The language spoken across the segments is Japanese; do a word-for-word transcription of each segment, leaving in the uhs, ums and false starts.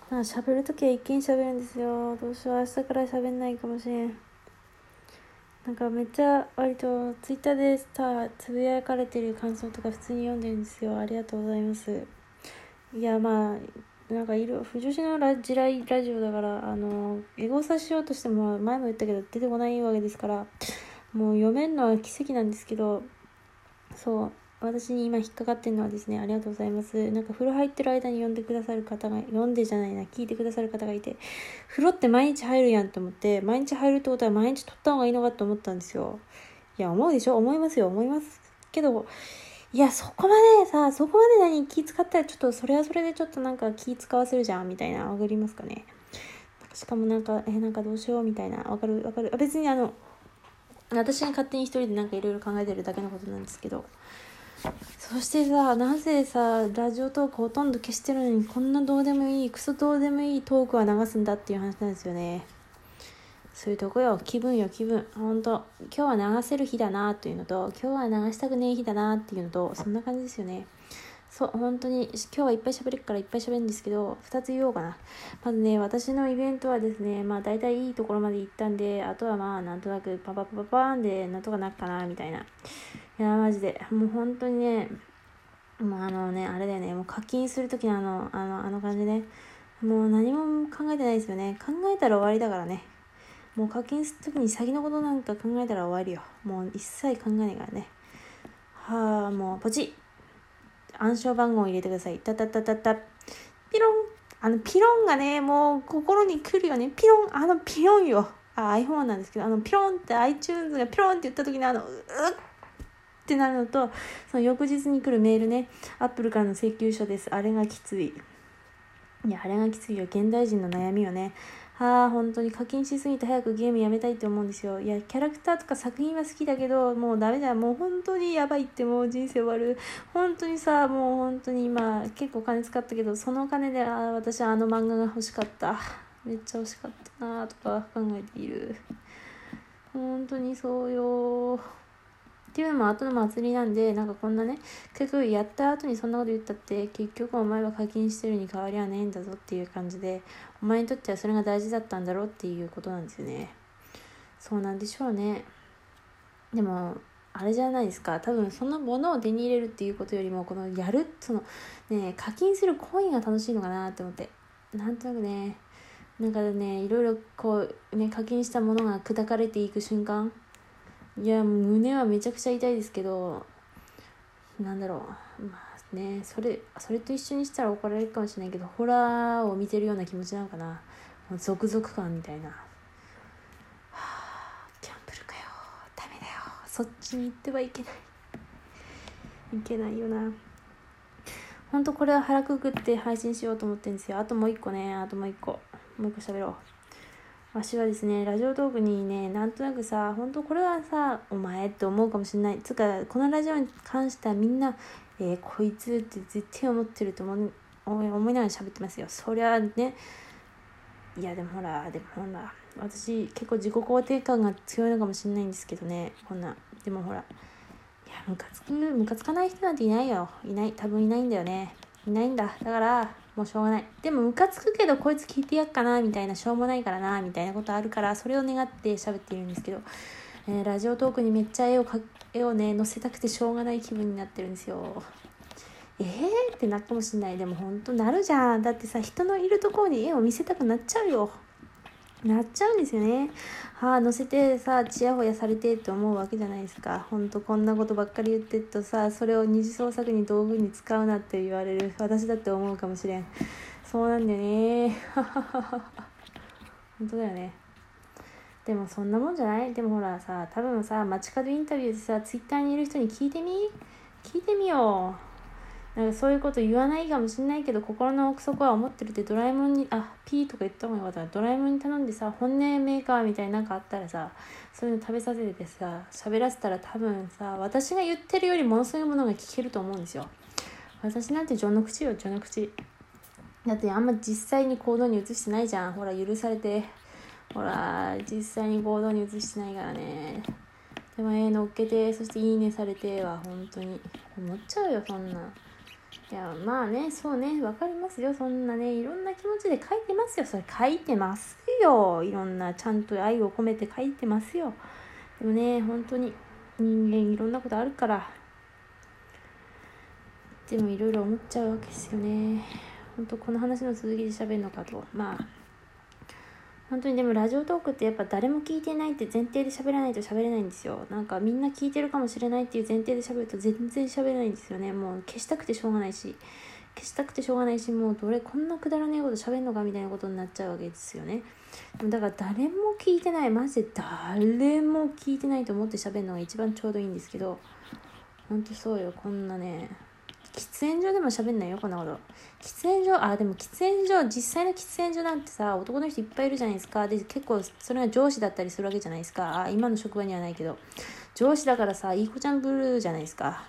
なんか喋るときは一気に喋るんですよ。どうしよう、明日から喋んないかもしれん。なんかめっちゃ割とツイッターでさつぶやかれてる感想とか普通に読んでるんですよ。ありがとうございます。いやまあなんかいろ不女子のラジライラジオだからあのエゴサしようとしても前も言ったけど出てこないわけですから、もう読めるのは奇跡なんですけど、そう私に今引っかかってるのはですね、ありがとうございます。なんか風呂入ってる間に読んでくださる方が、読んでじゃないな、聞いてくださる方がいて、風呂って毎日入るやんと思って、毎日入るってことは毎日取った方がいいのかと思ったんですよ。いや、思うでしょ、思いますよ、思いますけど、いや、そこまでさ、そこまで何気使ったらちょっと、それはそれでちょっとなんか気使わせるじゃん、みたいな、わかりますかね。しかもなんか、え、なんかどうしよう、みたいな、わかるわかる。別にあの、私が勝手に一人でなんかいろいろ考えてるだけのことなんですけど、そしてさ、なぜさラジオトークほとんど消してるのにこんなどうでもいいクソどうでもいいトークは流すんだっていう話なんですよね。そういうとこよ、気分よ気分。ほんと今日は流せる日だなっていうのと、今日は流したくねえ日だなっていうのと、そんな感じですよね。そう、本当に今日はいっぱい喋るからいっぱい喋るんですけど、ふたつ言おうかな。まずね、私のイベントはですね、まあ大体いいところまで行ったんで、あとはまあなんとなくパパパパパーンでなんとかなるかなみたいな。いやマジでもう本当にね、もうあのね、あれだよね、もう課金するときのあの、あの、あの感じね。もう何も考えてないですよね。考えたら終わりだからね。もう課金するときに先のことなんか考えたら終わりよ。もう一切考えないからね。はあ、もうポチッ。暗証番号を入れてください。タタタタタ。ピロン。あのピロンがね、もう心に来るよね。ピロン、あのピロンよ。あ、iPhone なんですけど、あのピロンって iTunes がピロンって言ったときのあの、うっってなるのと、その翌日に来るメールね、アップルからの請求書です。あれがきつい。いや、あれがきついよ。現代人の悩みよね。はあ、本当に課金しすぎて早くゲームやめたいって思うんですよ。いや、キャラクターとか作品は好きだけど、もうダメだ。もう本当にやばいって、もう人生終わる。本当にさ、もう本当に今、結構金使ったけど、そのお金で、あ、私はあの漫画が欲しかった。めっちゃ欲しかったなとか考えている。本当にそうよ。っていうのも後の祭りなんで、なんかこんなね、結局やった後にそんなこと言ったって結局お前は課金してるに変わりはねえんだぞっていう感じで、お前にとってはそれが大事だったんだろうっていうことなんですよね。そうなんでしょうね。でもあれじゃないですか、多分そのものを手に入れるっていうことよりも、このやるそのね、課金する行為が楽しいのかなって思って、なんとなくね、なんかね、いろいろこうね、課金したものが砕かれていく瞬間、いや胸はめちゃくちゃ痛いですけど、なんだろう、まあね、それそれと一緒にしたら怒られるかもしれないけど、ホラーを見てるような気持ちなのかな。もうゾクゾク感みたいな。はあ、ギャンブルかよ、ダメだよ、そっちに行ってはいけない、いけないよな。ほんとこれは腹くくって配信しようと思ってるんですよ。あともう一個ね、あともう一個もう一個喋ろう。わしはですね、ラジオトークにね、なんとなくさ、本当これはさ、お前って思うかもしれない。つうか、このラジオに関してはみんな、えー、こいつって絶対思ってると思い、思いながら喋ってますよ。そりゃね、いやでもほら、でもほら、私結構自己肯定感が強いのかもしれないんですけどね、こんな。でもほら、いや、ムカつく、ムカつかない人なんていないよ。いない、多分いないんだよね。いないんだ。だから、もうしょうがない。でもムカつくけどこいつ聞いてやっかなみたいな、しょうもないからなみたいなことあるから、それを願って喋っているんですけど、えー、ラジオトークにめっちゃ絵をか絵をね載せたくてしょうがない気分になってるんですよ。えーってなるかもしんない。でも本当なるじゃん。だってさ、人のいるところに絵を見せたくなっちゃうよ。なっちゃうんですよね。はあ、載せてさ、ちやほやされてって思うわけじゃないですか。ほんとこんなことばっかり言ってるとさ、それを二次創作に道具に使うなって言われる私だって思うかもしれん。そうなんだよね。本当だよね。でもそんなもんじゃない。でもほらさ、多分さ、街角インタビューでさ、ツイッターにいる人に聞いてみ聞いてみよう。なんかそういうこと言わないかもしんないけど、心の奥底は思ってるって。ドラえもんに、あ、ピーとか言った方がよかったな。ドラえもんに頼んでさ、本音メーカーみたいななんかあったらさ、そういうの食べさせてさ、喋らせたら多分さ、私が言ってるよりものすごいものが聞けると思うんですよ。私なんて序の口よ、序の口。だってあんま実際に行動に移してないじゃん。ほら、許されて。ほら、実際に行動に移してないからね。でもえー、乗っけて、そしていいねされては本当に思っちゃうよ、そんな。 いやまあね、そうね、わかりますよ。そんなね、いろんな気持ちで書いてますよ。それ書いてますよ。いろんなちゃんと愛を込めて書いてますよ。でもね、本当に人間いろんなことあるから、でもいろいろ思っちゃうわけですよね。本当この話の続きで喋るのかと。まあ本当にでもラジオトークってやっぱ誰も聞いてないって前提で喋らないと喋れないんですよ。なんかみんな聞いてるかもしれないっていう前提で喋ると全然喋れないんですよね。もう消したくてしょうがないし消したくてしょうがないしもうどれこんなくだらねえこと喋んのかみたいなことになっちゃうわけですよね。だから誰も聞いてない、マジで誰も聞いてないと思って喋るのが一番ちょうどいいんですけど、ほんとそうよ。こんなね喫煙所でも喋んないよこんなこと。喫煙所あでも喫煙所実際の喫煙所なんてさ男の人いっぱいいるじゃないですか。で結構それが上司だったりするわけじゃないですか。あ今の職場にはないけど上司だからさいい子ちゃんブルーじゃないですか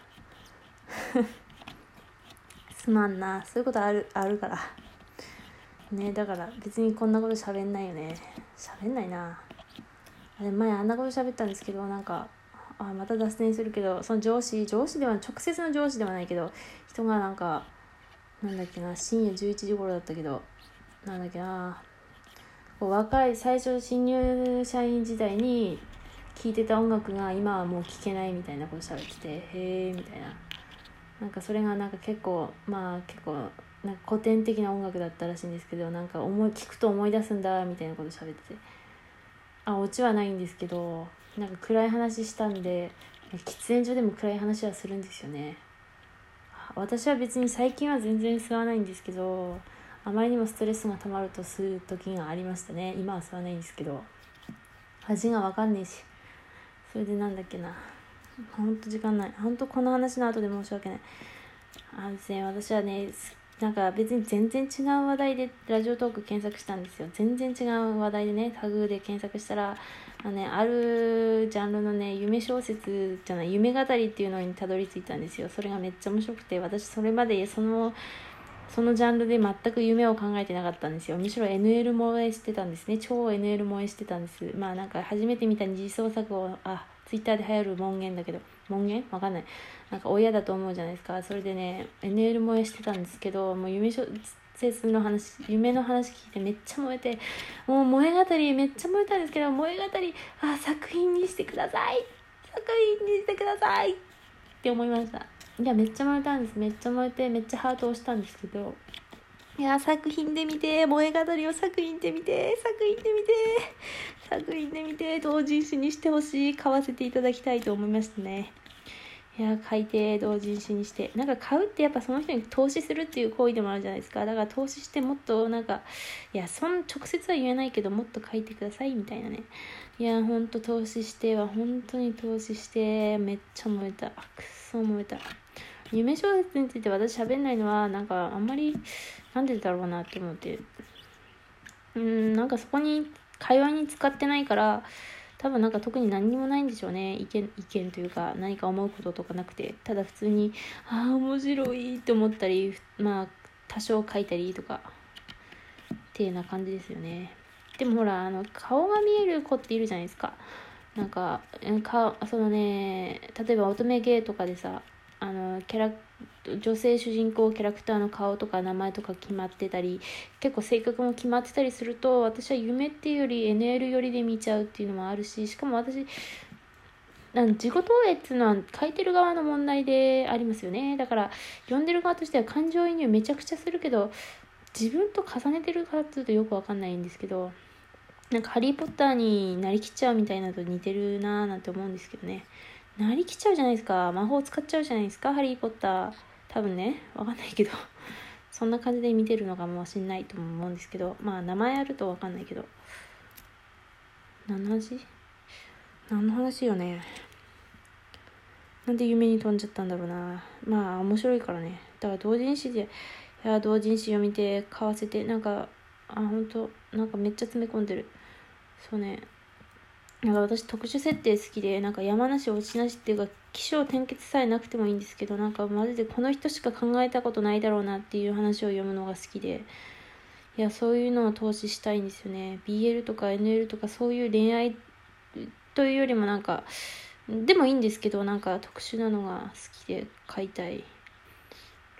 すまんな、そういうことあるあるからね。だから別にこんなこと喋んないよね。喋んないな。あれ前あんなこと喋ったんですけど、なんかあまた脱線するけど、その上司上司では直接の上司ではないけど人がなんかなんだっけな深夜じゅういちじ頃だったけどなんだっけなこう若い最初新入社員時代に聴いてた音楽が今はもう聴けないみたいなこと喋ってて、へえみたいな、なんかそれがなんか結構まあ結構なんか古典的な音楽だったらしいんですけど、なんか思い聞くと思い出すんだみたいなこと喋ってて、あオチはないんですけどなんか暗い話したんで喫煙所でも暗い話はするんですよね。私は別に最近は全然吸わないんですけど、あまりにもストレスが溜まると吸う時がありましたね。今は吸わないんですけど味が分かんねえし、それでなんだっけな、ほんと時間ない、ほんとこの話の後で申し訳ない。あのですね、私はねなんか別に全然違う話題でラジオトーク検索したんですよ。全然違う話題でねタグで検索したらあの、ね、あるジャンルのね夢小説じゃない夢語りっていうのにたどり着いたんですよ。それがめっちゃ面白くて、私それまでそのそのジャンルで全く夢を考えてなかったんですよ。むしろ エヌエル 萌えしてたんですね。超 エヌエル 萌えしてたんです。まあなんか初めて見た二次創作をあツイッターで流行る文言だけど文言わかんない、なんか親だと思うじゃないですか。それでね エヌエル 萌えしてたんですけど、もう夢小説の話夢の話聞いてめっちゃ燃えて、もう萌え語りめっちゃ燃えたんですけど、萌え語りあ作品にしてください作品にしてくださいって思いました。いやめっちゃ燃えたんです。めっちゃ燃えてめっちゃハートを押したんですけど、いや作品で見て萌え語りを作品で見て作品で見て作品で見て同人誌にしてほしい、買わせていただきたいと思いましたね。いや書いて同人誌にして、なんか買うってやっぱその人に投資するっていう行為でもあるじゃないですか。だから投資してもっとなんかいやそん直接は言えないけどもっと書いてくださいみたいなね。いやほんと投資しては本当に投資してめっちゃ燃えた、くそ燃えた。夢小説について私喋んないのはなんかあんまりなんでだろうなって思って、うーんなんかそこに会話に使ってないから多分なんか特に何にもないんでしょうね。意見意見というか何か思うこととかなくて、ただ普通にああ面白いって思ったり、まあ多少書いたりとかっていうな感じですよね。でもほらあの顔が見える子っているじゃないですか。なんかかそのね例えば乙女ゲーとかでさ、あのキャラ女性主人公キャラクターの顔とか名前とか決まってたり結構性格も決まってたりすると、私は夢っていうより エヌエル 寄りで見ちゃうっていうのもあるし、しかも私なん自己投影っていうのは書いてる側の問題でありますよね。だから読んでる側としては感情移入めちゃくちゃするけど自分と重ねてるかっていうとよくわかんないんですけど、なんかハリーポッターになりきっちゃうみたいなのと似てるなーなんて思うんですけどね。なりきっちゃうじゃないですか。魔法使っちゃうじゃないですかハリーポッター。多分ねわかんないけどそんな感じで見てるのかもしんないと思うんですけど、まあ名前あるとわかんないけど、何の話何の話よね。なんで夢に飛んじゃったんだろうな。まあ面白いからね。だから同人誌でいや同人誌読みて買わせて、なんかあほんとなんかめっちゃ詰め込んでる。そうね、なんか私特殊設定好きで、なんか山なし落ちなしっていうか起承転結さえなくてもいいんですけど、なんかマジでこの人しか考えたことないだろうなっていう話を読むのが好きで、いやそういうのを投資したいんですよね。 ビーエル とか エヌエル とかそういう恋愛というよりもなんかでもいいんですけど、なんか特殊なのが好きで買いたい。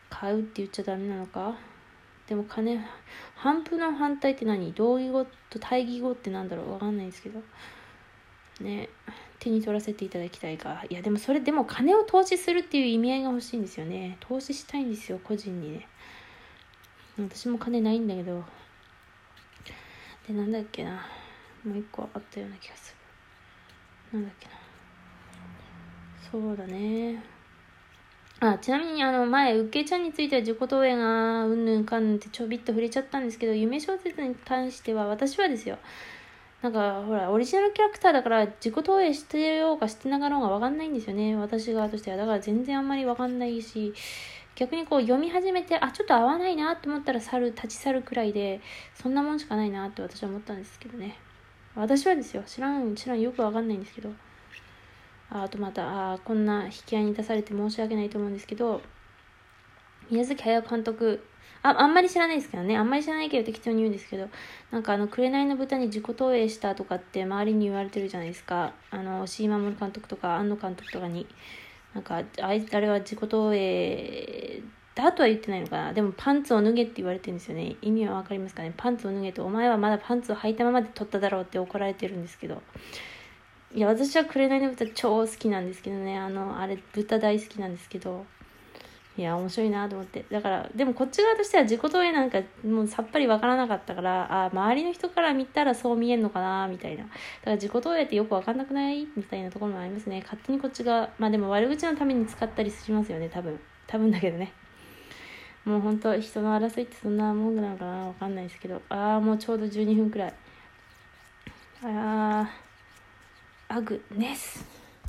買うって言っちゃダメなのか。でも金、反復の反対って何？同義語と対義語ってなんだろう、わかんないんですけどね。手に取らせていただきたいが、いやでもそれでも金を投資するっていう意味合いが欲しいんですよね。投資したいんですよ、個人にね。私も金ないんだけど。で、なんだっけな、もう一個あったような気がする。なんだっけな、そうだね。あ、ちなみにあの前、うっけいちゃんについては自己投影がうんぬんかんぬんってちょびっと触れちゃったんですけど、夢小説に関しては私はですよ、なんかほらオリジナルキャラクターだから自己投影してようかしてながらうが分かんないんですよね、私側としては。だから全然あんまり分かんないし、逆にこう読み始めて、あ、ちょっと合わないなって思ったら去る、立ち去るくらいで、そんなもんしかないなって私は思ったんですけどね。私はですよ、知らん知らんよく分かんないんですけど、あ, あとまたあこんな引き合いに出されて申し訳ないと思うんですけど、宮崎駿監督、ああんまり知らないですけどね、あんまり知らないけど適当に言うんですけど、なんかあの紅の豚に自己投影したとかって周りに言われてるじゃないですか。あの押井守監督とか庵野監督とかに、なんかあいあれは自己投影だとは言ってないのかな。でもパンツを脱げって言われてるんですよね。意味はわかりますかね。パンツを脱げと、お前はまだパンツを履いたままで撮っただろうって怒られてるんですけど、いや私は紅の豚超好きなんですけどね、あのあれ豚大好きなんですけど、いや面白いなと思って。だからでもこっち側としては自己投影なんかもうさっぱりわからなかったから、あ周りの人から見たらそう見えんのかなみたいな。だから自己投影ってよくわかんなくないみたいなところもありますね。勝手にこっちが、まあでも悪口のために使ったりしますよね、多分多分だけどね。もう本当人の争いってそんなもんなのかな、わかんないですけど、ああもうちょうどじゅうにふんくらい。ああアグネス